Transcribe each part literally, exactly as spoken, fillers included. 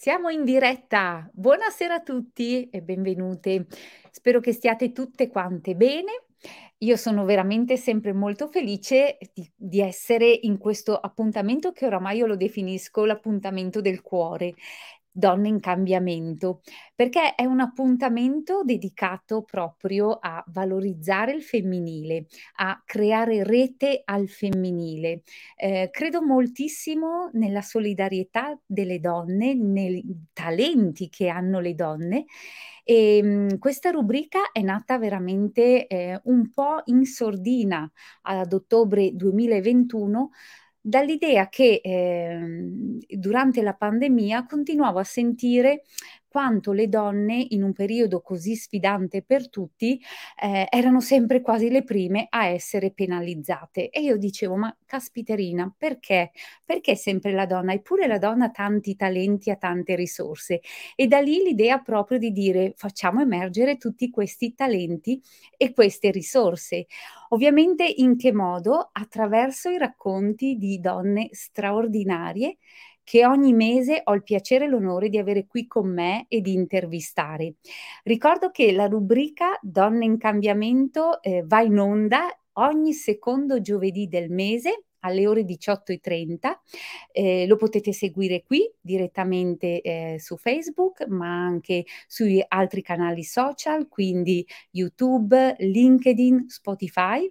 Siamo in diretta. Buonasera a tutti e benvenute. Spero che stiate tutte quante bene. Io sono veramente sempre molto felice di, di essere in questo appuntamento che oramai io lo definisco l'appuntamento del cuore, Donne in cambiamento, perché è un appuntamento dedicato proprio a valorizzare il femminile, a creare rete al femminile. Eh, credo moltissimo nella solidarietà delle donne, nei talenti che hanno le donne. E mh, questa rubrica è nata veramente eh, un po' in sordina ad ottobre duemilaventuno dall'idea che ehm, durante la pandemia continuavo a sentire quanto le donne in un periodo così sfidante per tutti eh, erano sempre quasi le prime a essere penalizzate. E io dicevo, ma caspiterina, perché? Perché sempre la donna? Eppure la donna ha tanti talenti, ha tante risorse. E da lì l'idea proprio di dire facciamo emergere tutti questi talenti e queste risorse. Ovviamente in che modo? Attraverso i racconti di donne straordinarie che ogni mese ho il piacere e l'onore di avere qui con me e di intervistare. Ricordo che la rubrica Donne in cambiamento eh, va in onda ogni secondo giovedì del mese alle ore diciotto e trenta. Eh, lo potete seguire qui direttamente eh, su Facebook, ma anche sui altri canali social, quindi YouTube, LinkedIn, Spotify.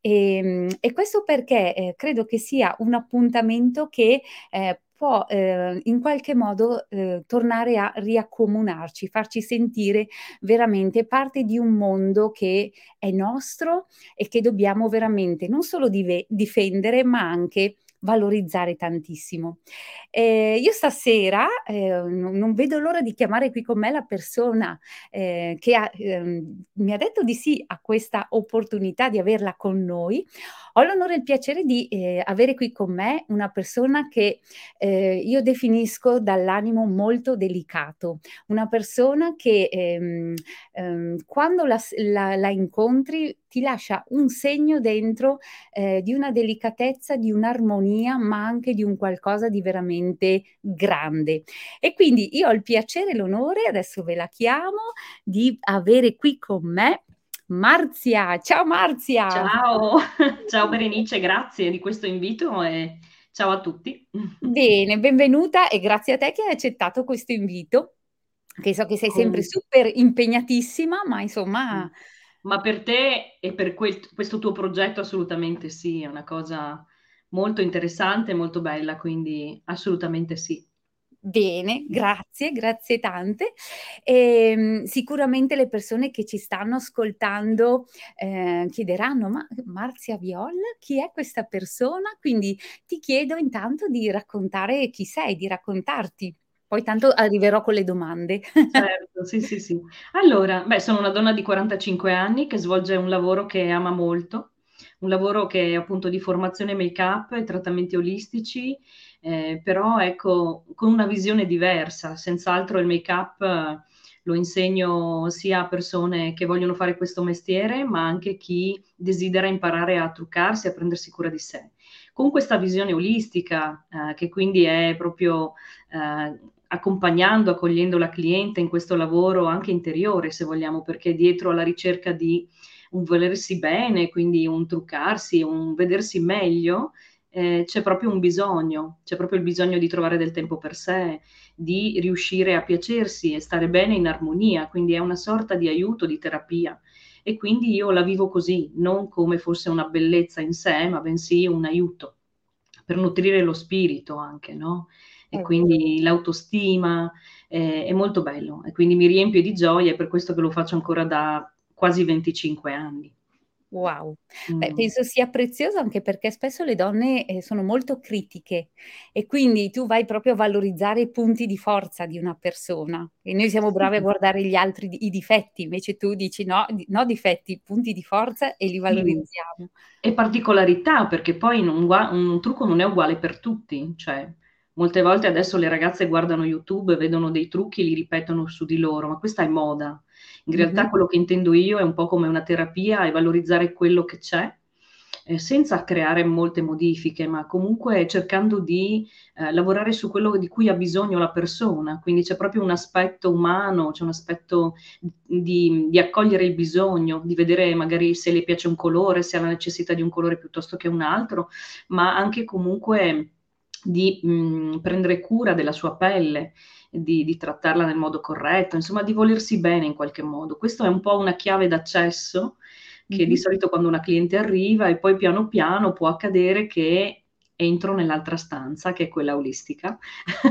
E, e questo perché eh, credo che sia un appuntamento che eh, può eh, in qualche modo eh, tornare a riaccomunarci, farci sentire veramente parte di un mondo che è nostro e che dobbiamo veramente non solo dive- difendere, ma anche valorizzare tantissimo. Eh, io stasera eh, non, non vedo l'ora di chiamare qui con me la persona eh, che ha, ehm, mi ha detto di sì a questa opportunità di averla con noi. Ho l'onore e il piacere di eh, avere qui con me una persona che eh, io definisco dall'animo molto delicato, una persona che ehm, ehm, quando la, la- la incontri ti lascia un segno dentro eh, di una delicatezza, di un'armonia, ma anche di un qualcosa di veramente grande. E quindi io ho il piacere e l'onore, adesso ve la chiamo, di avere qui con me Marzia. Ciao Marzia! Ciao, ciao Berenice, grazie di questo invito e ciao a tutti. Bene, benvenuta e grazie a te che hai accettato questo invito, che so che sei sempre Con- super impegnatissima, ma insomma, Ma per te e per quel- questo tuo progetto assolutamente sì, è una cosa molto interessante, molto bella, quindi assolutamente sì. bene, grazie, grazie tante. Ehm, sicuramente le persone che ci stanno ascoltando eh, chiederanno, ma Marzia Viol, chi è questa persona? Quindi ti chiedo intanto di raccontare chi sei, di raccontarti. Poi tanto arriverò con le domande. Certo, sì, sì, sì. Allora, beh, sono una donna di quarantacinque anni che svolge un lavoro che ama molto, un lavoro che è appunto di formazione make-up e trattamenti olistici, eh, però ecco, con una visione diversa. Senz'altro il make-up eh, lo insegno sia a persone che vogliono fare questo mestiere, ma anche chi desidera imparare a truccarsi, a prendersi cura di sé. Con questa visione olistica, eh, che quindi è proprio eh, accompagnando, accogliendo la cliente in questo lavoro anche interiore, se vogliamo, perché dietro alla ricerca di un volersi bene, quindi un truccarsi, un vedersi meglio, eh, c'è proprio un bisogno, c'è proprio il bisogno di trovare del tempo per sé, di riuscire a piacersi e stare bene in armonia, quindi è una sorta di aiuto, di terapia. E quindi io la vivo così, non come fosse una bellezza in sé, ma bensì un aiuto per nutrire lo spirito anche, no? E È vero. quindi l'autostima eh, è molto bello e quindi mi riempie di gioia, è per questo che lo faccio ancora da quasi venticinque anni. Wow. Beh, Mm. penso sia prezioso anche perché spesso le donne eh, sono molto critiche e quindi tu vai proprio a valorizzare i punti di forza di una persona e noi siamo bravi a Sì, guardare gli altri, di- i difetti, invece tu dici no, di- no difetti, punti di forza e li sì. valorizziamo. E particolarità, perché poi un, gua- un trucco non è uguale per tutti, cioè molte volte adesso le ragazze guardano YouTube, vedono dei trucchi e li ripetono su di loro, ma questa è moda. In Mhm. realtà quello che intendo io è un po' come una terapia e valorizzare quello che c'è, ehm, senza creare molte modifiche, ma comunque cercando di, ehm, lavorare su quello di cui ha bisogno la persona. Quindi c'è proprio un aspetto umano, c'è un aspetto di di accogliere il bisogno, di vedere magari se le piace un colore, se ha la necessità di un colore piuttosto che un altro, ma anche comunque di, mhmm, prendere cura della sua pelle, di di trattarla nel modo corretto, insomma di volersi bene in qualche modo. Questo è un po' una chiave d'accesso che di Mh-mh. solito quando una cliente arriva e poi piano piano può accadere che entro nell'altra stanza, che è quella olistica,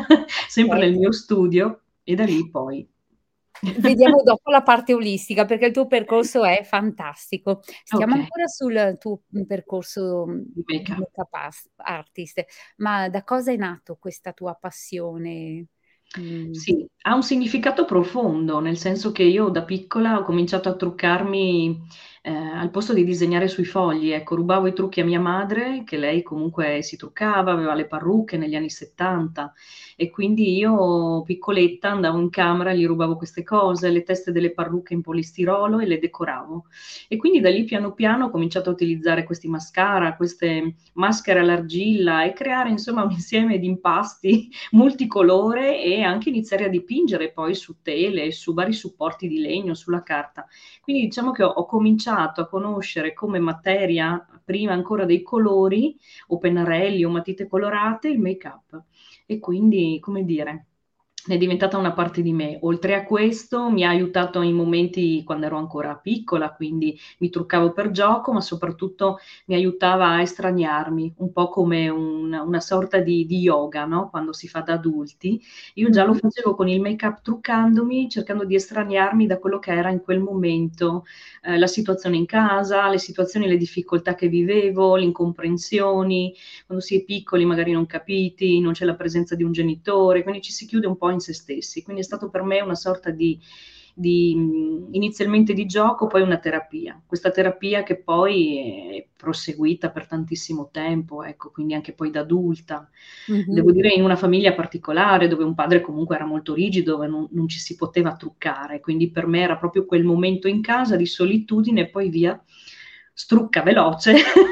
sempre nel Okay. mio studio e da lì poi Vediamo dopo la parte olistica, perché il tuo percorso è fantastico. Stiamo Okay. ancora sul tuo, mhmm, percorso, mhmm, Di di make-up. make-up as artist, ma da cosa è nato questa tua passione? Mhmm Sì, ha un significato profondo, nel senso che io da piccola ho cominciato a truccarmi, ehm, al posto di disegnare sui fogli, ecco, rubavo i trucchi a mia madre, che lei comunque si truccava, aveva le parrucche negli anni 'settanta e quindi io piccoletta andavo in camera e gli rubavo queste cose, le teste delle parrucche in polistirolo e le decoravo. E quindi da lì piano piano ho cominciato a utilizzare questi mascara, queste maschere all'argilla e creare insomma un insieme di impasti multicolore e anche iniziare a dipingere poi su tele, su vari supporti di legno, sulla carta. Quindi diciamo che ho ho cominciato a conoscere come materia, prima ancora dei colori o pennarelli o matite colorate, il make-up. E quindi, come dire, è diventata una parte di me. Oltre a questo mi ha aiutato in momenti quando ero ancora piccola, quindi mi truccavo per gioco, ma soprattutto mi aiutava a estraniarmi, un po' come un una sorta di di yoga, no, quando si fa da adulti. Io già lo Mh-mh. facevo con il make-up truccandomi, cercando di estraniarmi da quello che era in quel momento, ehm, la situazione in casa, le situazioni, le difficoltà che vivevo, le incomprensioni, quando si è piccoli magari non capiti, non c'è la presenza di un genitore, quindi ci si chiude un po' in se stessi. Quindi è stato per me una sorta di di mhmm, inizialmente di gioco, poi una terapia. Questa terapia che poi è proseguita per tantissimo tempo, ecco, quindi anche poi da adulta. Mh-mh. Devo dire in una famiglia particolare, dove un padre comunque era molto rigido, dove non non ci si poteva truccare, quindi per me era proprio quel momento in casa di solitudine e poi via, strucca veloce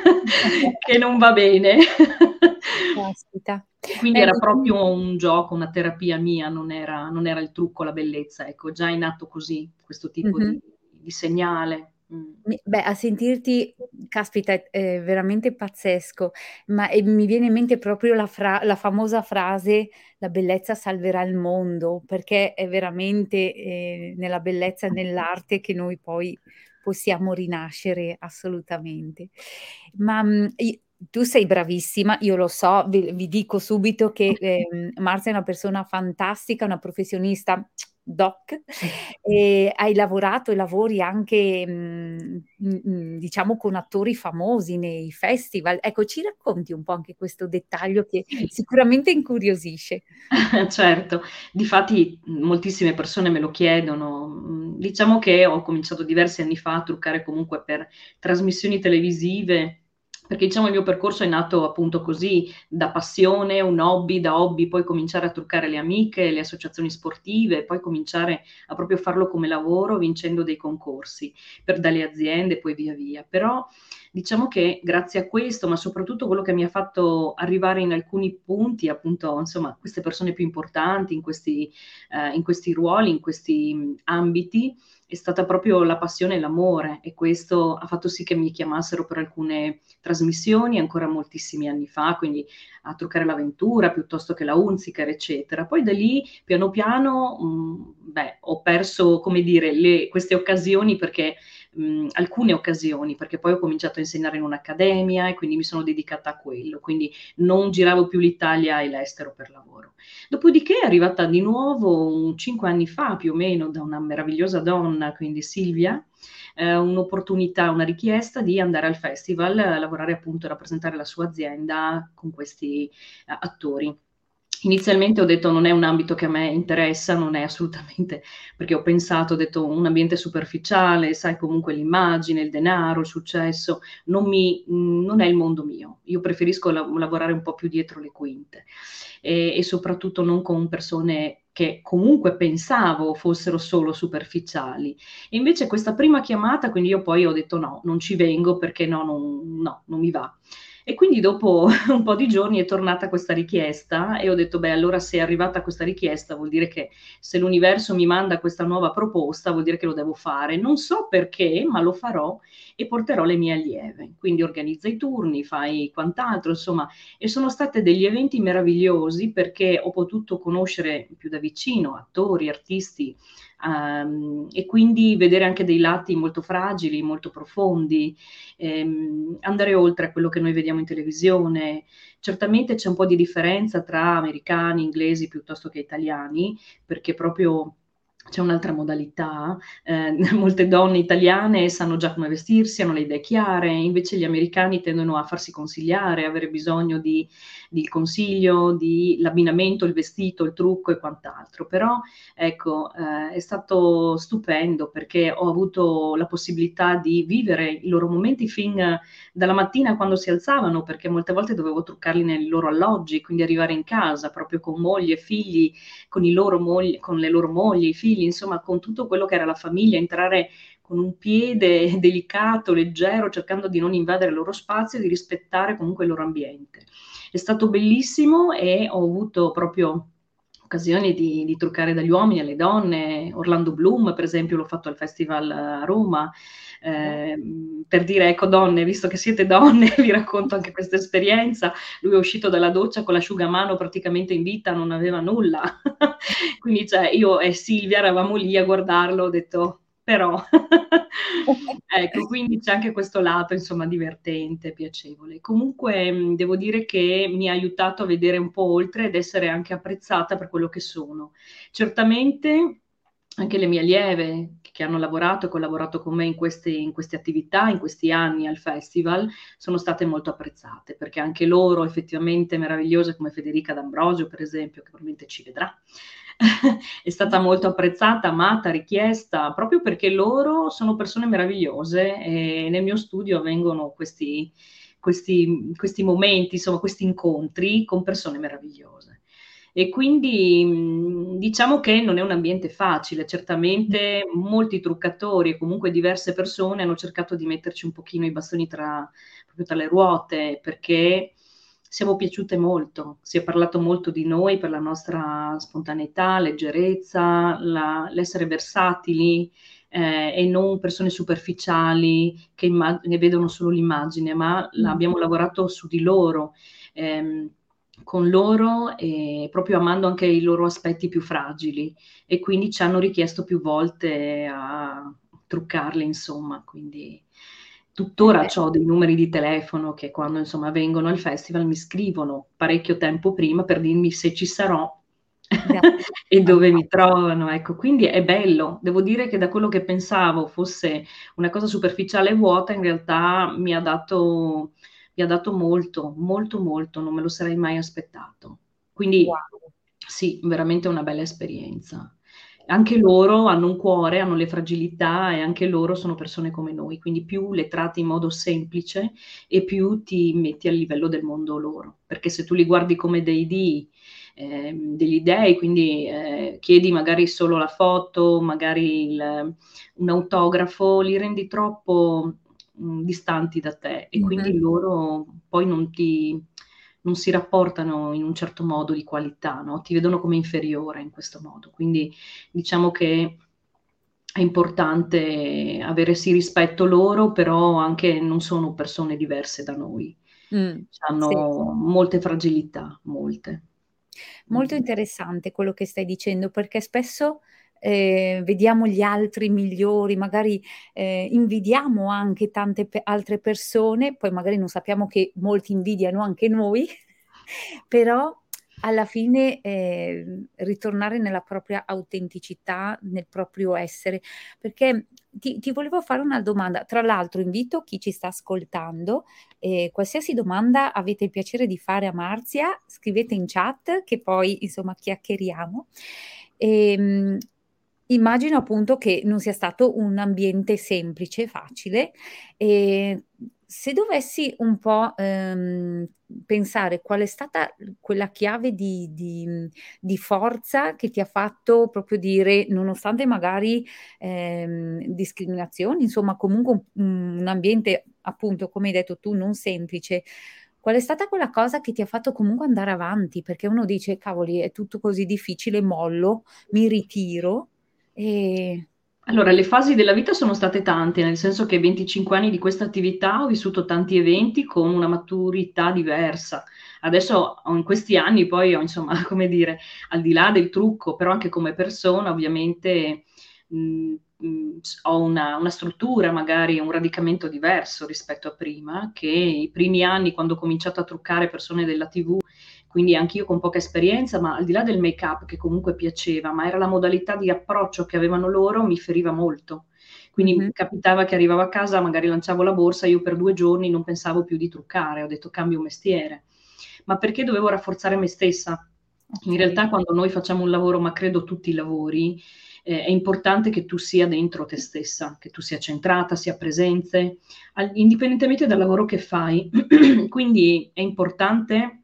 che non va bene. Caspita. Quindi Eh, era mi proprio un gioco, una terapia mia, non era non era il trucco, la bellezza, ecco, già è nato così, questo tipo Mh-mh. di di segnale. Mh. Mi beh, a sentirti, caspita, è è veramente pazzesco, ma, ehm, mi viene in mente proprio la fra la famosa frase: "La bellezza salverà il mondo", perché è veramente, ehm, nella bellezza e nell'arte che noi poi possiamo rinascere assolutamente. Ma, mhmm, i tu sei bravissima, io lo so, vi vi dico subito che, ehm, Marzia è una persona fantastica, una professionista doc, e hai lavorato e lavori anche, mhmm, mhmm, mhmm, diciamo con attori famosi nei festival. Ecco, ci racconti un po' anche questo dettaglio che Sì. sicuramente incuriosisce? Certo, difatti, mhmm, moltissime persone me lo chiedono. Mhmm, diciamo che ho cominciato diversi anni fa a truccare comunque per trasmissioni televisive, perché diciamo il mio percorso è nato appunto così, da passione, un hobby, da hobby poi cominciare a truccare le amiche, le associazioni sportive, poi cominciare a proprio farlo come lavoro vincendo dei concorsi per dalle aziende, poi via via. Però diciamo che grazie a questo, ma soprattutto quello che mi ha fatto arrivare in alcuni punti, appunto, insomma, queste persone più importanti in questi ehm, in questi ruoli, in questi, mhmm, ambiti, è stata proprio la passione e l'amore e questo ha fatto sì che mi chiamassero per alcune trasmissioni ancora moltissimi anni fa, quindi a Truccare l'avventura piuttosto che la Hunziker, eccetera. Poi da lì piano piano, mhmm, beh, ho perso, come dire, le queste occasioni perché mhmm, alcune occasioni, perché poi ho cominciato a insegnare in un'accademia e quindi mi sono dedicata a quello, quindi non giravo più l'Italia e l'estero per lavoro. Dopodiché è arrivata di nuovo un cinque anni fa più o meno da una meravigliosa donna, quindi Silvia, ehm, un'opportunità, una richiesta di andare al festival a lavorare appunto, a rappresentare la sua azienda con questi a attori. Inizialmente ho detto: "Non è un ambito che a me interessa, non è assolutamente", perché ho pensato, ho detto: "Un ambiente superficiale, sai comunque l'immagine, il denaro, il successo, non mi mhmm, non è il mondo mio. Io preferisco la lavorare un po' più dietro le quinte, e e soprattutto non con persone che comunque pensavo fossero solo superficiali. E invece questa prima chiamata, quindi io poi ho detto no, non ci vengo perché no, non, no, non mi va. E quindi dopo un po' di giorni è tornata questa richiesta e ho detto, beh, allora se è arrivata questa richiesta vuol dire che se l'universo mi manda questa nuova proposta vuol dire che lo devo fare. Non so perché, ma lo farò e porterò le mie allieve. Quindi organizza i turni, fai quant'altro, insomma, e sono stati degli eventi meravigliosi perché ho potuto conoscere più da vicino attori, artisti, um, e quindi vedere anche dei lati molto fragili, molto profondi, ehm, andare oltre a quello che noi vediamo in televisione. Certamente c'è un po' di differenza tra americani, inglesi piuttosto che italiani, perché proprio c'è un'altra modalità. Eh, molte donne italiane sanno già come vestirsi, hanno le idee chiare, invece gli americani tendono a farsi consigliare, avere bisogno di, di consiglio, di l'abbinamento, il vestito, il trucco e quant'altro. Però ecco, eh, è stato stupendo perché ho avuto la possibilità di vivere i loro momenti fin dalla mattina quando si alzavano, perché molte volte dovevo truccarli nei loro alloggi, quindi arrivare in casa proprio con moglie e figli, con, i loro mogli, con le loro mogli, i figli, insomma con tutto quello che era la famiglia, entrare con un piede delicato, leggero, cercando di non invadere il loro spazio e di rispettare comunque il loro ambiente. È stato bellissimo e ho avuto proprio occasioni di, di truccare dagli uomini alle donne. Orlando Bloom, per esempio, l'ho fatto al festival a Roma. Eh, per dire, ecco, donne, visto che siete donne, vi racconto anche questa esperienza. Lui è uscito dalla doccia con l'asciugamano praticamente in vita, non aveva nulla. Quindi, cioè, io e Silvia eravamo lì a guardarlo, ho detto, però... ecco, quindi c'è anche questo lato, insomma, divertente, piacevole. Comunque, mh, devo dire che mi ha aiutato a vedere un po' oltre ed essere anche apprezzata per quello che sono. Certamente anche le mie allieve che hanno lavorato e collaborato con me in queste, in queste attività, in questi anni al festival, sono state molto apprezzate, perché anche loro effettivamente meravigliose come Federica D'Ambrosio, per esempio, che probabilmente ci vedrà, è stata molto apprezzata, amata, richiesta, proprio perché loro sono persone meravigliose e nel mio studio avvengono questi, questi, questi momenti, insomma, questi incontri con persone meravigliose. E quindi diciamo che non è un ambiente facile, certamente molti truccatori e comunque diverse persone hanno cercato di metterci un pochino i bastoni tra, proprio tra le ruote, perché siamo piaciute molto, si è parlato molto di noi per la nostra spontaneità, leggerezza, la, l'essere versatili eh, e non persone superficiali che, immag- che vedono solo l'immagine, ma abbiamo lavorato su di loro. Ehm, con loro e proprio amando anche i loro aspetti più fragili e quindi ci hanno richiesto più volte a truccarli, insomma, quindi Eh tuttora beh, ho dei numeri di telefono che quando insomma vengono al festival mi scrivono parecchio tempo prima per dirmi se ci sarò dai, e dove mi fantastico. trovano, ecco. Quindi è bello, devo dire che da quello che pensavo fosse una cosa superficiale e vuota, in realtà mi ha dato mi ha dato molto, molto, molto, non me lo sarei mai aspettato. Quindi Wow. sì, veramente una bella esperienza. Anche loro hanno un cuore, hanno le fragilità e anche loro sono persone come noi, quindi più le tratti in modo semplice e più ti metti al livello del mondo loro, perché se tu li guardi come dei dei, eh, degli dei, quindi eh, chiedi magari solo la foto, magari il, un autografo, li rendi troppo mh, distanti da te e quindi Mhm. loro poi non ti non si rapportano in un certo modo di qualità, no? Ti vedono come inferiore in questo modo. Quindi diciamo che è importante avere sì rispetto loro, però anche non sono persone diverse da noi. Mm, sì. Hanno molte fragilità, molte. Molto Mm. interessante quello che stai dicendo, perché spesso eh, vediamo gli altri migliori, magari eh, invidiamo anche tante pe- altre persone, poi magari non sappiamo che molti invidiano anche noi, però alla fine eh, ritornare nella propria autenticità, nel proprio essere, perché ti, ti volevo fare una domanda. Tra l'altro invito chi ci sta ascoltando, e qualsiasi domanda avete il piacere di fare a Marzia, scrivete in chat che poi insomma chiacchieriamo. E, immagino appunto che non sia stato un ambiente semplice, facile. E se dovessi un po', ehm, pensare qual è stata quella chiave di di mhmm, di forza che ti ha fatto proprio dire, nonostante magari, ehm, discriminazioni, insomma comunque un un ambiente, appunto, come hai detto tu, non semplice, qual è stata quella cosa che ti ha fatto comunque andare avanti? Perché uno dice: "Cavoli, è tutto così difficile, mollo, mi ritiro", e Allora, le fasi della vita sono state tante, nel senso che venticinque anni di questa attività ho vissuto tanti eventi con una maturità diversa. Adesso ho in questi anni poi ho insomma, come dire, al di là del trucco, però anche come persona ovviamente, mhmm, mhmm, s ho una una struttura, magari un radicamento diverso rispetto a prima, che i primi anni quando ho cominciato a truccare persone della T V, quindi anch'io con poca esperienza, ma al di là del make-up che comunque piaceva, ma era la modalità di approccio che avevano loro, mi feriva molto. Quindi mh-mh, capitava che arrivavo a casa, magari lanciavo la borsa, io per due giorni non pensavo più di truccare, ho detto: "Cambio mestiere." Ma perché dovevo rafforzare me stessa. In okay, realtà quando noi facciamo un lavoro, ma credo tutti i lavori, ehm, è importante che tu sia dentro te stessa, che tu sia centrata, sia presente, al indipendentemente dal lavoro che fai. Quindi è importante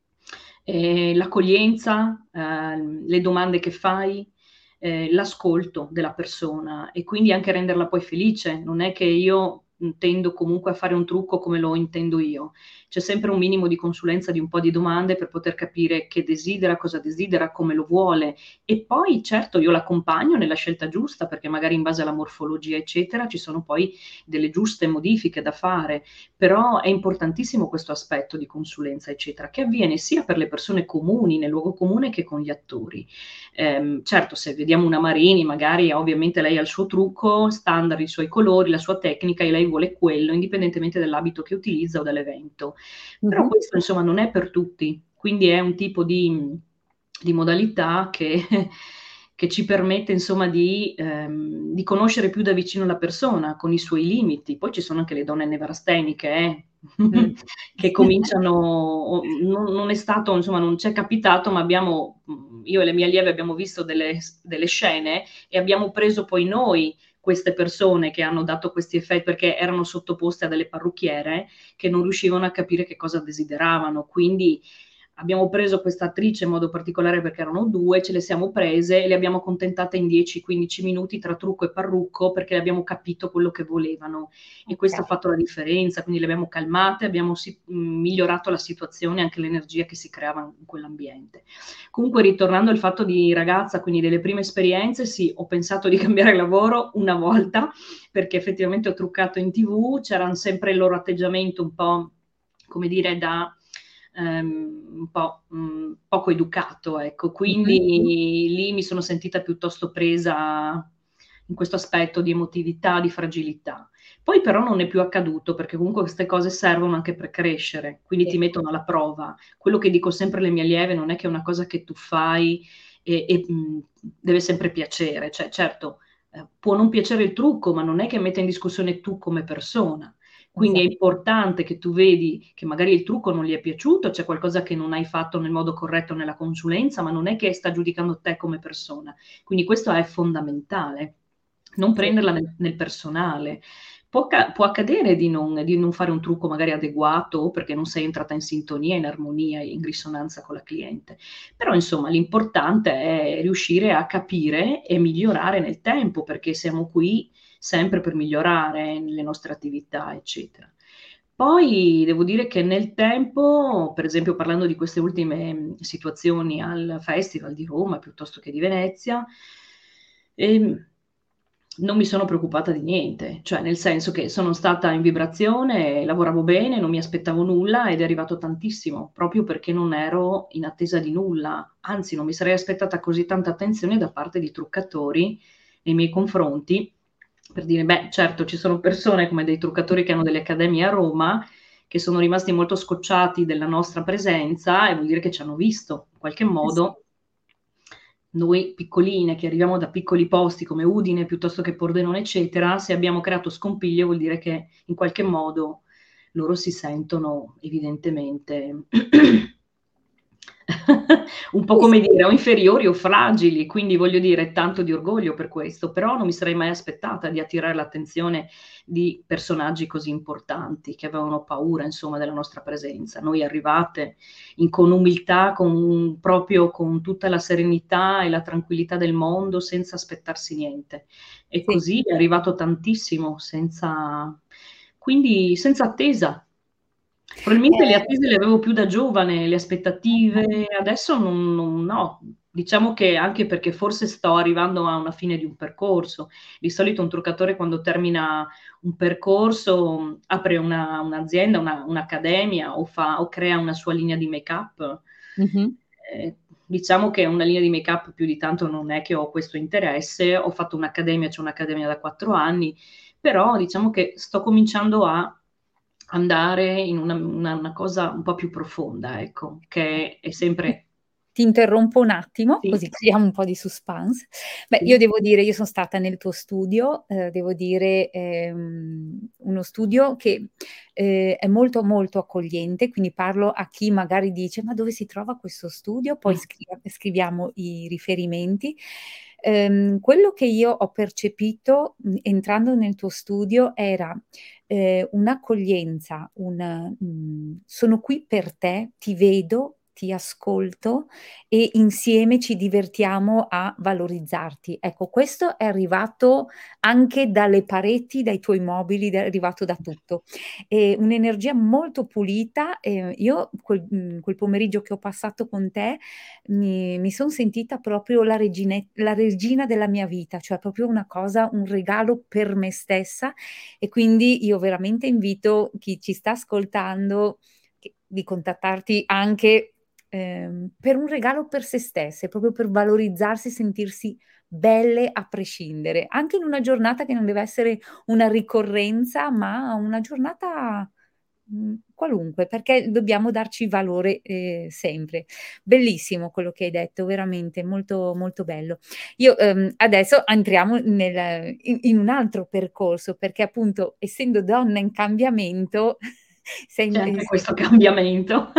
ehm, l'accoglienza, ehm, le domande che fai, ehm, l'ascolto della persona e quindi anche renderla poi felice. Non è che io, mhmm, tendo comunque a fare un trucco come lo intendo io. C'è sempre un minimo di consulenza, di un po' di domande per poter capire che desidera, cosa desidera, come lo vuole e poi certo io l'accompagno nella scelta giusta, perché magari in base alla morfologia, eccetera, ci sono poi delle giuste modifiche da fare. Però è importantissimo questo aspetto di consulenza, eccetera, che avviene sia per le persone comuni, nel luogo comune, che con gli attori. Ehm, certo, se vediamo una Marini, magari ovviamente lei ha il suo trucco standard, i suoi colori, la sua tecnica e lei vuole quello, indipendentemente dall'abito che utilizza o dall'evento. Però mh-mh, questo insomma non è per tutti, quindi è un tipo di di modalità che che ci permette insomma di ehm, di conoscere più da vicino la persona, con i suoi limiti. Poi ci sono anche le donne nevrasteniche eh, mh. che cominciano o non non è stato insomma non c'è capitato, ma abbiamo mhmm, io e le mie allieve abbiamo visto delle s delle scene e abbiamo preso poi noi queste persone che hanno dato questi effe perché erano sottoposte a delle parrucchiere che non riuscivano a capire che cosa desideravano. Quindi abbiamo preso questa attrice in modo particolare perché erano due, ce le siamo prese e le abbiamo accontentate in dieci, quindici minuti tra trucco e parrucco, perché abbiamo capito quello che volevano e questo ha Okay, fatto la differenza, quindi le abbiamo calmate, abbiamo si mhmm, migliorato la situazione, anche l'energia che si creava in quell'ambiente. Comunque ritornando al fatto di ragazza, quindi delle prime esperienze, sì, ho pensato di cambiare lavoro una volta, perché effettivamente ho truccato in T V, c'eran sempre il loro atteggiamento un po', come dire, da ehm, un po', mhmm, poco educato, ecco. mh-mh, Quindi lì mi sono sentita piuttosto presa in questo aspetto di emotività, di fragilità. Poi però non è più accaduto, perché comunque queste cose servono anche per crescere, quindi sì, ti mettono alla prova. Quello che dico sempre alle mie allieve non è che è una cosa che tu fai e e, mhmm, deve sempre piacere, cioè certo, ehm, può non piacere il trucco, ma non è che metta in discussione tu come persona. Quindi esa è importante che tu vedi che magari il trucco non gli è piaciuto, c'è qualcosa che non hai fatto nel modo corretto nella consulenza, ma non è che sta giudicando te come persona. Quindi questo è fondamentale, non sì. prenderla nel nel personale. Può ca può accadere di non di non fare un trucco magari adeguato, perché non sei entrata in sintonia, in armonia, in risonanza con la cliente. Però insomma l'importante è riuscire a capire e migliorare nel tempo, perché siamo qui sempre per migliorare nelle nostre attività, eccetera. Poi devo dire che nel tempo, per esempio parlando di queste ultime, mhmm, situazioni al Festival di Roma piuttosto che di Venezia, ehm, non mi sono preoccupata di niente, cioè nel senso che sono stata in vibrazione, lavoravo bene, non mi aspettavo nulla ed è arrivato tantissimo, proprio perché non ero in attesa di nulla. Anzi, non mi sarei aspettata così tanta attenzione da parte di truccatori nei miei confronti, per dire: "Beh, certo, ci sono persone come dei truccatori che hanno delle accademie a Roma, che sono rimasti molto scocciati della nostra presenza e vuol dire che ci hanno visto. In qualche Eh sì. modo noi piccoline, che arriviamo da piccoli posti come Udine piuttosto che Pordenone, eccetera, se abbiamo creato scompiglio vuol dire che in qualche modo loro si sentono evidentemente un po' Sì, come sì. dire, o inferiori o fragili, quindi voglio dire tanto di orgoglio per questo, però non mi sarei mai aspettata di attirare l'attenzione di personaggi così importanti, che avevano paura insomma della nostra presenza. Noi arrivate in con umiltà, con proprio con tutta la serenità e la tranquillità del mondo, senza aspettarsi niente. E Sì. così è arrivato tantissimo senza quindi senza attesa. Probabilmente le Eh attese le avevo più da giovane, le aspettative, adesso non non no. Diciamo che anche perché forse sto arrivando a una fine di un percorso. Di solito un truccatore quando termina un percorso apre una un'azienda, una un'accademia o fa o crea una sua linea di make-up. Mh-mh. Ehm, diciamo che una linea di make-up più di tanto non è che ho questo interesse. Ho fatto un'accademia, c'ho un'accademia da quattro anni, però diciamo che sto cominciando a andare in una una una cosa un po' più profonda, ecco, che è Ti sempre ti interrompo un attimo, Sì. così creiamo un po' di suspense. Beh, io Sì. devo dire, io son stata nel tuo studio, ehm, devo dire, ehm, uno studio che, ehm, è molto, molto accogliente, quindi parlo a chi magari dice: "Ma dove si trova questo studio?" Poi Mh. scria scriviamo i riferimenti. Ehm, quello che io ho percepito, mhmm, entrando nel tuo studio era, ehm, un'accoglienza, un mhmm, sono qui per te, ti vedo, ti ascolto e insieme ci divertiamo a valorizzarti. Ecco, questo è arrivato anche dalle pareti, dai tuoi mobili, d è arrivato da tutto. E un'energia molto pulita, e io quel mhmm, quel pomeriggio che ho passato con te mi mi son sentita proprio la regine la regina della mia vita, cioè proprio una cosa un regalo per me stessa e quindi io veramente invito chi ci sta ascoltando che di contattarti anche, ehm, per un regalo per se stesse, proprio per valorizzarsi, sentirsi belle a prescindere, anche in una giornata che non deve essere una ricorrenza, ma una giornata, mhmm, qualunque, perché dobbiamo darci valore, ehm, sempre. Bellissimo quello che hai detto, veramente molto, molto bello. Io, ehm, adesso entriamo nel in in un altro percorso, perché appunto essendo donna in cambiamento sei C'è n ehm, anche sei questo cambiamento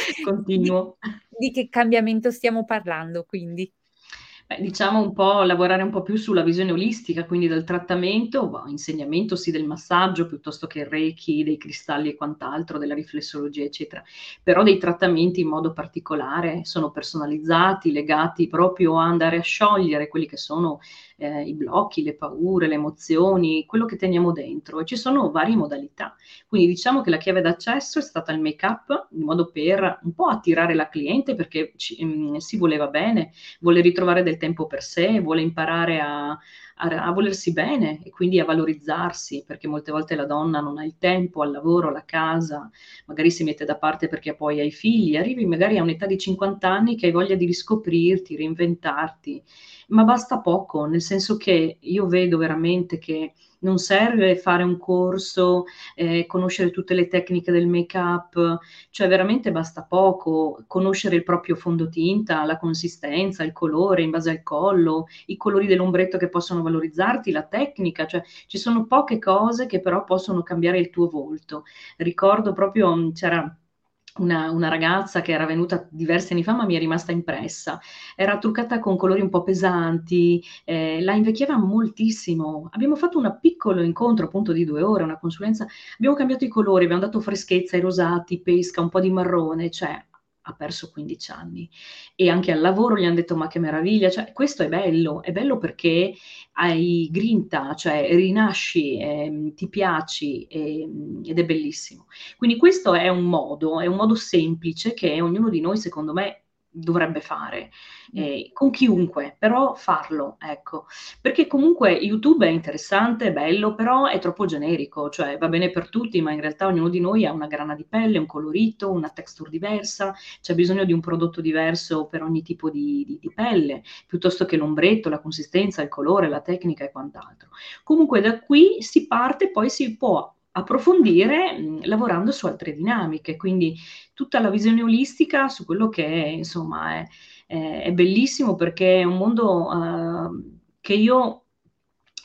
di continuo. di che cambiamento stiamo parlando quindi? Beh, diciamo un po' lavorare un po' più sulla visione olistica, quindi del trattamento, bah, insegnamento sì del massaggio piuttosto che il Reiki, dei cristalli e quant'altro, della riflessologia, eccetera. Però dei trattamenti in modo particolare, sono personalizzati, legati proprio a andare a sciogliere quelli che sono, ehm, i blocchi, le paure, le emozioni, quello che teniamo dentro e ci sono varie modalità. Quindi diciamo che la chiave d'accesso è stata il make-up, in modo per un po' attirare la cliente perché ci mhmm, si voleva bene, vuole ritrovare del tempo per sé, vuole imparare a a r a volersi bene e quindi a valorizzarsi, perché molte volte la donna non ha il tempo, ha il lavoro, la casa, magari si mette da parte perché poi ha i figli, arrivi magari a un'età di cinquant anni che hai voglia di riscoprirti, reinventarti, ma basta poco, nel senso che io vedo veramente che non serve fare un corso, ehm, conoscere tutte le tecniche del make-up, cioè veramente basta poco, conoscere il proprio fondotinta, la consistenza, il colore in base al collo, i colori dell'ombretto che possono valorizzarti, la tecnica, cioè ci sono poche cose che però possono cambiare il tuo volto. Ricordo proprio, mhmm, c'era una una ragazza che era venuta diversi anni fa, ma mi è rimasta impressa. Era truccata con colori un po' pesanti, ehm, la invecchiava moltissimo. Abbiamo fatto una piccolo incontro appunto di due ore, una consulenza, abbiamo cambiato i colori, abbiam dato freschezza ai rosati, pesca, un po' di marrone, cioè ha perso quindici anni. E anche al lavoro gli han detto: "Ma che meraviglia!" Cioè questo è bello, è bello perché hai grinta, cioè rinasci, ehm, ti piaci, ehm, ed è bellissimo. Quindi questo è un modo, è un modo semplice che ognuno di noi secondo me dovrebbe fare, Mh. ehm, con chiunque, però farlo, ecco. Perché comunque YouTube è interessante, è bello, però è troppo generico, cioè va bene per tutti, ma in realtà ognuno di noi ha una grana di pelle, un colorito, una texture diversa, c'è bisogno di un prodotto diverso per ogni tipo di di di pelle, piuttosto che l'ombretto, la consistenza, il colore, la tecnica e quant'altro. Comunque da qui si parte, poi si può approfondire, mhmm, lavorando su altre dinamiche, quindi tutta la visione olistica su quello che è insomma è è è bellissimo perché è un mondo, uhm, che io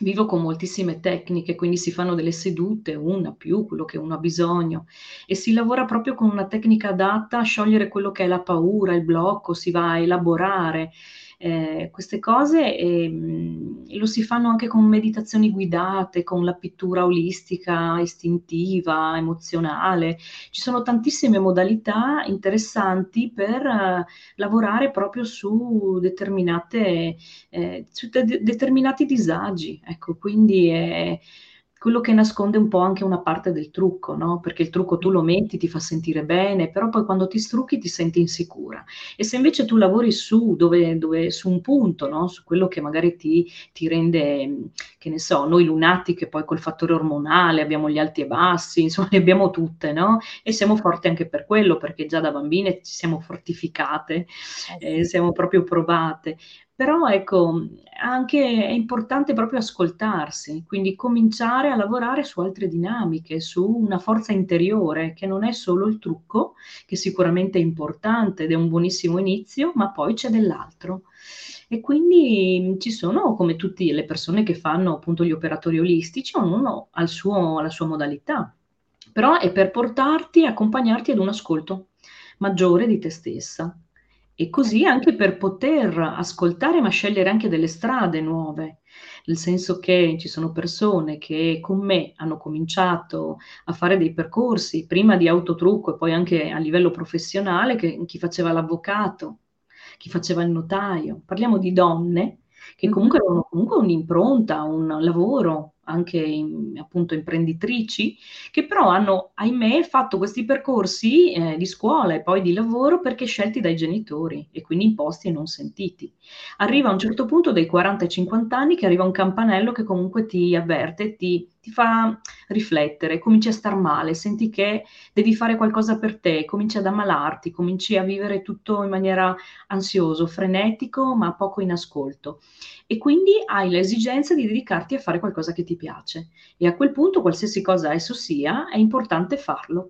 Vivo con moltissime tecniche, quindi si fanno delle sedute, una più, quello che uno ha bisogno, e si lavora proprio con una tecnica adatta a sciogliere quello che è la paura, il blocco, si va a elaborare, ehm, queste cose, ehm, e lo si fanno anche con meditazioni guidate, con la pittura olistica, istintiva, emozionale. Ci sono tantissime modalità interessanti per eh, lavorare proprio su determinate ehm, su de determinati disagi, ecco. Quindi è quello che nasconde un po' anche una parte del trucco, no, perché il trucco tu lo metti, ti fa sentire bene, però poi quando ti strucchi ti senti insicura. E se invece tu lavori su dove dove su un punto, no, su quello che magari ti ti rende, mhmm, che ne so, noi lunatiche poi col fattore ormonale abbiamo gli alti e bassi, insomma ne abbiamo tutte, no, e siamo forti anche per quello, perché già da bambine ci siamo fortificate, Eh ehm, sì. siamo proprio provate. Però ecco, anche è importante proprio ascoltarsi, quindi cominciare a lavorare su altre dinamiche, su una forza interiore che non è solo il trucco, che sicuramente è importante ed è un buonissimo inizio, ma poi c'è dell'altro. E quindi ci sono, come tutti le persone che fanno appunto gli operatori olistici, ognuno ha il suo la sua modalità, però è per portarti accompagnarti ad un ascolto maggiore di te stessa. E così Okay. anche per poter ascoltare, ma scegliere anche delle strade nuove. Nel senso che ci sono persone che con me hanno cominciato a fare dei percorsi, prima di autotrucco e poi anche a livello professionale, che chi faceva l'avvocato, chi faceva il notaio. Parliamo di donne che Mh-mh. comunque avevano comunque un'impronta, un lavoro, anche im appunto imprenditrici, che però hanno, ahimè, fatto questi percorsi, ehm, di scuola e poi di lavoro perché scelti dai genitori e quindi imposti e non sentiti. Eh Arriva a un sì. certo punto dai quaranta ai cinquanta anni che arriva un campanello che comunque ti avverte, ti ti fa riflettere, cominci a star male, senti che devi fare qualcosa per te, cominci ad ammalarti, cominci a vivere tutto in maniera ansioso, frenetico, ma poco in ascolto. E quindi hai l'esigenza di dedicarti a fare qualcosa che ti piace. E a quel punto, qualsiasi cosa esso sia, è importante farlo.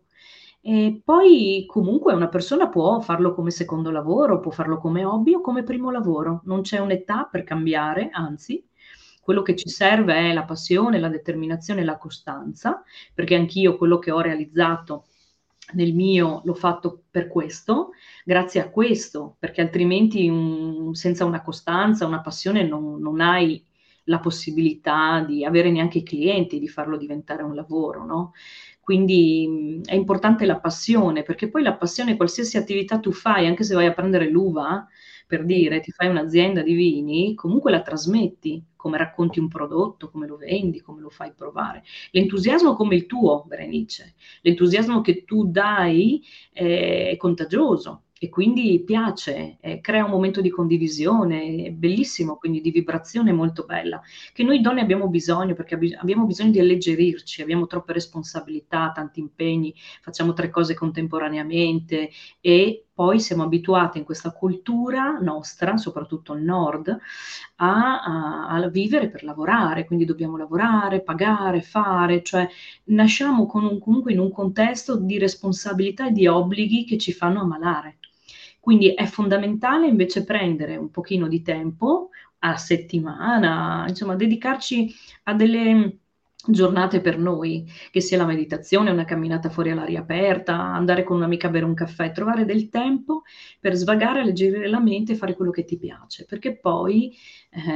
E poi comunque una persona può farlo come secondo lavoro, può farlo come hobby o come primo lavoro. Non c'è un'età per cambiare, anzi, quello che ci serve è la passione, la determinazione e la costanza, perché anch'io quello che ho realizzato nel mio l'ho fatto per questo, grazie a questo, perché altrimenti un senza una costanza, una passione non non hai la possibilità di avere neanche i clienti, di farlo diventare un lavoro, no, quindi, mhmm, è importante la passione, perché poi la passione qualsiasi attività tu fai, anche se vai a prendere l'uva, per Sì. dire, ti fai un'azienda di vini, comunque la trasmetti, come racconti un prodotto, come lo vendi, come lo fai provare. L'entusiasmo come il tuo, Berenice, l'entusiasmo che tu dai è è contagioso e quindi piace, ehm, crea un momento di condivisione, è bellissimo, quindi di vibrazione molto bella, che noi donne abbiamo bisogno, perché abbi abbiamo bisogno di alleggerirci, abbiamo troppe responsabilità, tanti impegni, facciamo tre cose contemporaneamente e poi siamo abituate in questa cultura nostra, soprattutto al nord, a a a vivere per lavorare, quindi dobbiamo lavorare, pagare, fare, cioè nasciamo con un comunque in un contesto di responsabilità e di obblighi che ci fanno ammalare. Quindi è fondamentale invece prendere un pochino di tempo a settimana, insomma dedicarci a delle giornate per noi, che sia la meditazione, una camminata fuori all'aria aperta, andare con un'amica a bere un caffè, trovare del tempo per svagare, alleggerire la mente e fare quello che ti piace, perché poi, eh,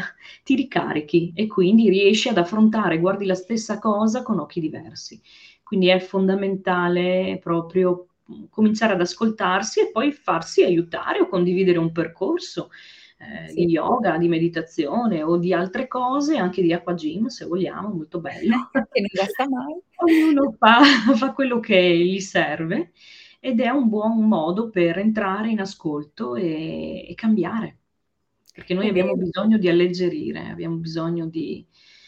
ti ricarichi e quindi riesci ad affrontare, guardi la stessa cosa con occhi diversi. Quindi è fondamentale proprio, mhmm, cominciare ad ascoltarsi e poi farsi aiutare o condividere un percorso, ehm, Sì. di yoga, di meditazione o di altre cose, anche di acquagym se vogliamo, molto bello. Che non guasta mai. Ognuno fa fa quello che gli serve ed è un buon modo per entrare in ascolto e e cambiare, perché noi È abbiamo vero. bisogno di alleggerire, abbiamo bisogno di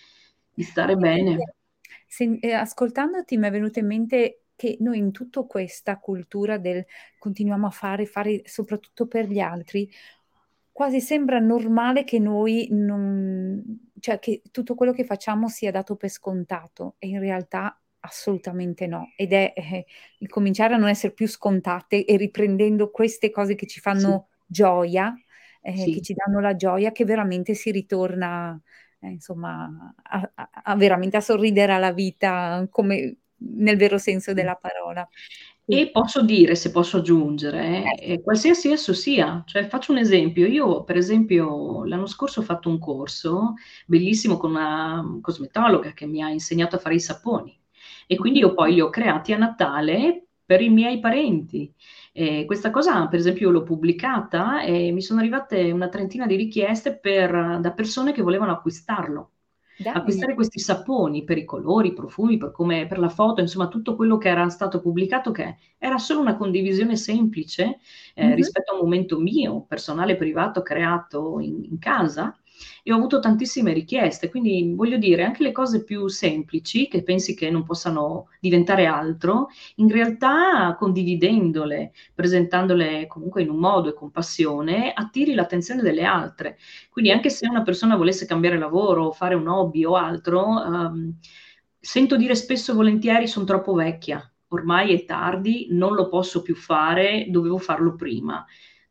di stare Anche bene. perché sen ehm, ascoltandoti m'è venuto in mente che noi in tutto questa cultura del continuiamo a fare, fare soprattutto per gli altri, quasi sembra normale che noi non cioè che tutto quello che facciamo sia dato per scontato e in realtà assolutamente no. Ed è, eh, il cominciare a non esser più scontate e riprendendo queste cose che ci Sì, fanno gioia, ehm, che sì. ci danno la gioia, che veramente si ritorna eh, insomma, a a a veramente a sorridere alla vita come nel vero senso Sì. della parola. Sì. E posso dire, se posso aggiungere, Certo. ehm, qualsiasi esso sia, cioè faccio un esempio: io per esempio l'anno scorso ho fatto un corso bellissimo con una cosmetologa che mi ha insegnato a fare i saponi e quindi Mh-mh. io poi li ho creati a Natale per i miei parenti. E questa cosa per esempio io l'ho pubblicata e mi sono arrivate una trentina di richieste per da persone che volevano acquistarlo. Dai. Acquistare questi saponi per i colori, i profumi, per come per la foto, insomma tutto quello che era stato pubblicato che era solo una condivisione semplice, ehm, Mh-mh. rispetto a un momento mio, personale, privato, creato in in casa e ho avuto tantissime richieste. Quindi voglio dire, anche le cose più semplici, che pensi che non possano diventare altro, in realtà condividendole, presentandole comunque in un modo e con passione, attiri l'attenzione delle altre. Quindi Sì. anche se una persona volesse cambiare lavoro o fare un hobby o altro, uhm, sento dire spesso e volentieri: "Son troppo vecchia, ormai è tardi, non lo posso più fare, dovevo farlo prima."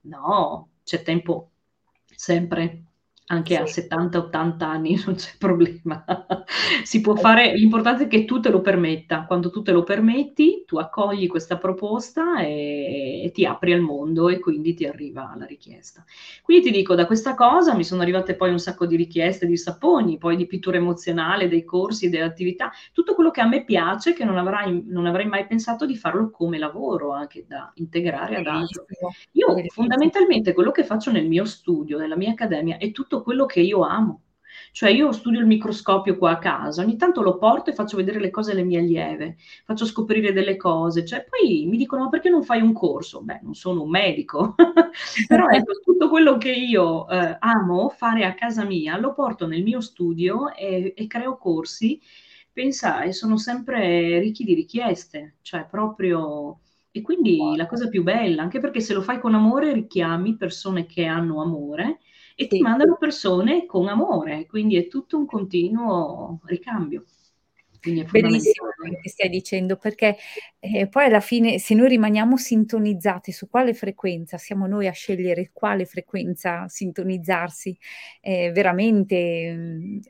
No, c'è tempo sempre, anche a Sì. settanta, ottanta anni non c'è problema. Si può fare l'importante è che tu te lo permetta. Quando tu te lo permetti, tu accogli questa proposta e e ti apri al mondo e quindi ti arriva la richiesta. Quindi ti dico, da questa cosa mi sono arrivate poi un sacco di richieste di saponi, poi di pittura emozionale, dei corsi, delle attività, tutto quello che a me piace, che non avrai non avrei mai pensato di farlo come lavoro, anche da integrare ad altro. Bellissimo, Io bellissimo. fondamentalmente quello che faccio nel mio studio, nella mia accademia, è tutto quello che io amo. Cioè io studio il microscopio qua a casa, ogni tanto lo porto e faccio vedere le cose alle mie allieve, faccio scoprire delle cose, cioè poi mi dicono: "Ma perché non fai un corso?" Beh, non sono un medico, però ecco, tutto quello che io, ehm, amo fare a casa mia, lo porto nel mio studio e e creo corsi, pensa e sono sempre ricchi di richieste, cioè proprio e quindi la cosa più bella, anche perché se lo fai con amore richiami persone che hanno amore e ti Sì. mandano persone con amore, quindi è tutto un continuo ricambio. Quindi è Bellissimo quello fondamentale. che stai dicendo, perché, ehm, poi alla fine se noi rimaniamo sintonizzati su quale frequenza, siamo noi a scegliere quale frequenza sintonizzarsi, ehm, veramente, mhmm,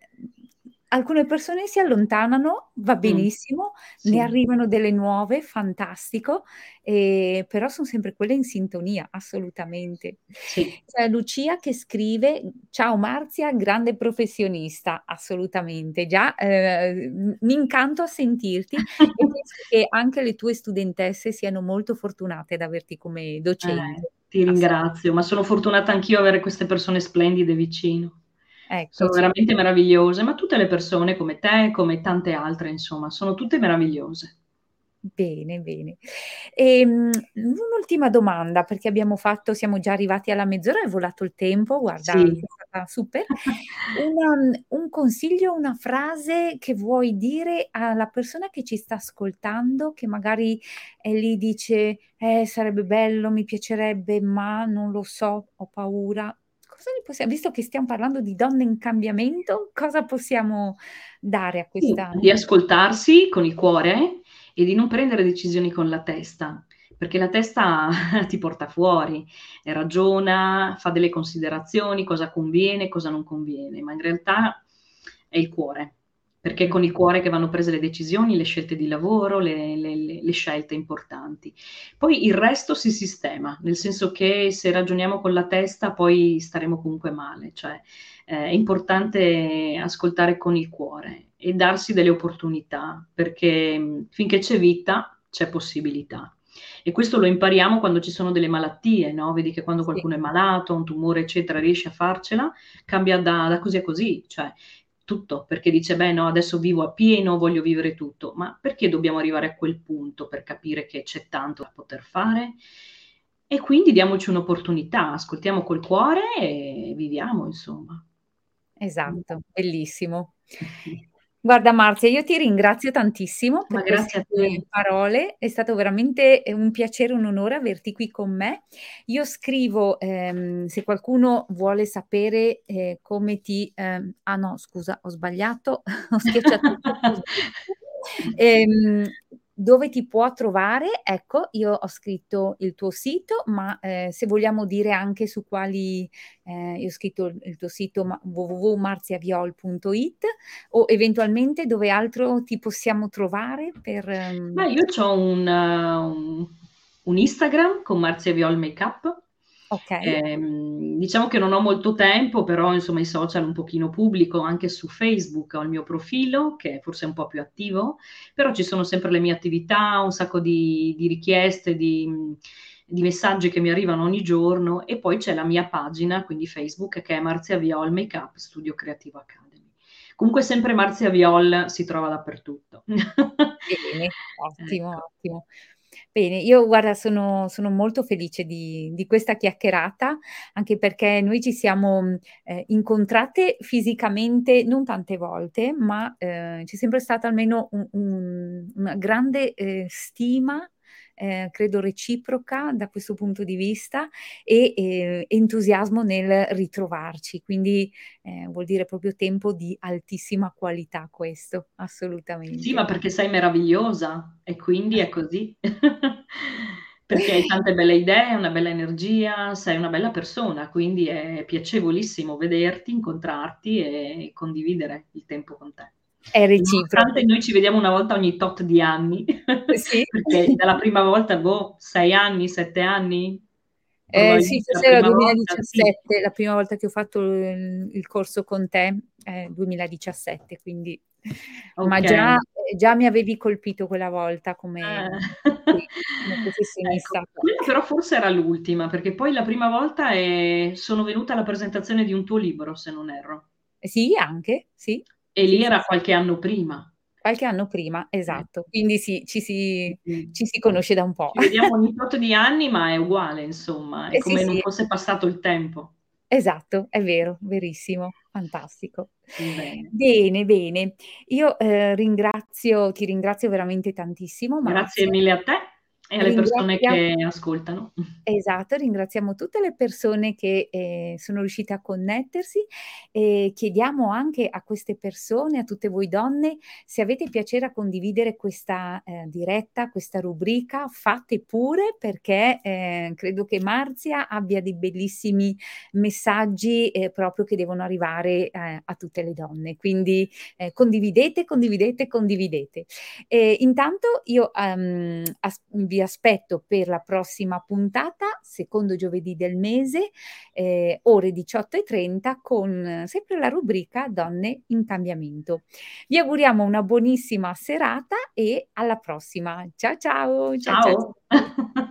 alcune persone si allontanano, va Mh. benissimo, ne Sì. arrivano delle nuove, fantastico, ehm, però son sempre quelle in sintonia, assolutamente. Sì. C'è Lucia che scrive: "Ciao Marzia, grande professionista." Assolutamente. Già, ehm, m mi incanto a sentirti e penso che anche le tue studentesse siano molto fortunate ad averti come Eh, docente. ti Assolut ringrazio, ma sono fortunata anch'io a avere queste persone splendide vicino. Sono Eccoci. veramente meravigliose, ma tutte le persone come te, come tante altre insomma, sono tutte meravigliose. Bene, bene. Ehm, un'ultima domanda, perché abbiamo fatto siamo già arrivati alla mezz'ora, è volato il tempo, guarda, Sì. sei stata super. Una mhmm, un consiglio, una frase che vuoi dire alla persona che ci sta ascoltando, che magari è lì, dice: "Eh, sarebbe bello, mi piacerebbe, ma non lo so, ho paura." Cosa gli possia visto che stiam parlando di donne in cambiamento, cosa possiamo dare a Sì, questa di ascoltarsi con il cuore e di non prendere decisioni con la testa, perché la testa ti porta fuori, e ragiona, fa delle considerazioni, cosa conviene, cosa non conviene, ma in realtà è il cuore, perché è Mh. con il cuore che vanno prese le decisioni, le scelte di lavoro, le le le le scelte importanti. Poi il resto si sistema, nel senso che se ragioniamo con la testa poi staremo comunque male, cioè, ehm, è importante ascoltare con il cuore e darsi delle opportunità, perché, mhmm, finché c'è vita c'è possibilità. E questo lo impariamo quando ci sono delle malattie, no, vedi che quando Sì. qualcuno è malato, ha un tumore eccetera, riesce a farcela, cambia da da così a così, cioè tutto, perché dice: "Beh no, adesso vivo appieno, voglio vivere tutto." Ma perché dobbiamo arrivare a quel punto per capire che c'è tanto da poter fare? E quindi diamoci un'opportunità, ascoltiamo col cuore e viviamo insomma. Esatto, bellissimo. Guarda Marzia, io ti ringrazio tantissimo Ma per queste grazie a tue te. parole, è stato veramente, ehm, un piacere, un onore averti qui con me. Io scrivo, ehm, se qualcuno vuole sapere, ehm, come ti ehm, ah no scusa, ho sbagliato, ho schiacciato il tasto sbagliato. Ehm, dove ti può trovare? Ecco, io ho scritto il tuo sito, ma eh, se vogliamo dire anche su quali, eh, io ho scritto il, il tuo sito ma- w w w punto marziaviol punto it, o eventualmente dove altro ti possiamo trovare per... Ma ehm, io c'ho un, eh, un, un Instagram con Marzia Viol Makeup. ok, Ehm, diciamo che non ho molto tempo, però insomma i social un pochino pubblico, anche su Facebook ho il mio profilo, che forse è un po' più attivo, però ci sono sempre le mie attività, un sacco di, di richieste, di, di messaggi che mi arrivano ogni giorno, e poi c'è la mia pagina, quindi Facebook, che è Marzia Viol Makeup Studio Creativo Academy. Comunque sempre Marzia Viol si trova dappertutto. bene, ottimo, Ecco. ottimo. Bene, io guarda, sono, sono molto felice di, di questa chiacchierata, anche perché noi ci siamo mh, eh, incontrate fisicamente non tante volte, ma eh, c'è sempre stata almeno un- un- una grande eh, stima, eh, credo reciproca da questo punto di vista, e eh, entusiasmo nel ritrovarci. Quindi eh, vuol dire proprio tempo di altissima qualità questo, Sì, ma assolutamente. perché sei meravigliosa e quindi è così. Perché hai tante belle idee, una bella energia, sei una bella persona, quindi è piacevolissimo vederti, incontrarti e condividere il tempo con te. È E nonostante reciproco. noi ci vediamo una volta ogni tot di anni, Sì. perché dalla prima volta, boh, sei anni, sette anni, Eh, sì, probabilmente la forse era prima volta, sì. duemiladiciassette, la prima volta che ho fatto il, il corso con te, è duemiladiciassette, quindi, ma già, Okay. eh, già mi avevi colpito quella volta come, Eh. sì, come Ecco, professionista. quella però forse era l'ultima, perché poi la prima volta, ehm, sono venuta alla presentazione di un tuo libro, se non erro, Sì, anche, sì, e lì sì, sì, era sì. qualche anno prima. Qualche anno prima, esatto. Ecco. Quindi sì, ci si, Mh-mh. ci si conosce da un po'. Ci vediamo ogni tot di anni, ma è uguale insomma, è Eh, sì, come non sì, fosse passato il tempo. esatto, è vero, verissimo, fantastico. Bene. Bene, bene. Io, ehm, ringrazio ti ringrazio veramente tantissimo, Grazie Marzia. mille a te e alle persone Ringrazia che ascoltano. Esatto, ringraziamo tutte le persone che, ehm, sono riuscite a connettersi, e chiediamo anche a queste persone, a tutte voi donne, se avete piacere a condividere questa, ehm, diretta, questa rubrica, fate pure, perché, ehm, credo che Marzia abbia dei bellissimi messaggi, ehm, proprio che devono arrivare, ehm, a tutte le donne. Quindi, ehm, condividete, condividete, condividete. E intanto io ehm, as- vi aspetto per la prossima puntata, secondo giovedì del mese, eh, ore diciotto e trenta, con eh, sempre la rubrica Donne in cambiamento. Vi auguriamo una buonissima serata e alla prossima. Ciao ciao, ciao ciao. Ciao. Ciao.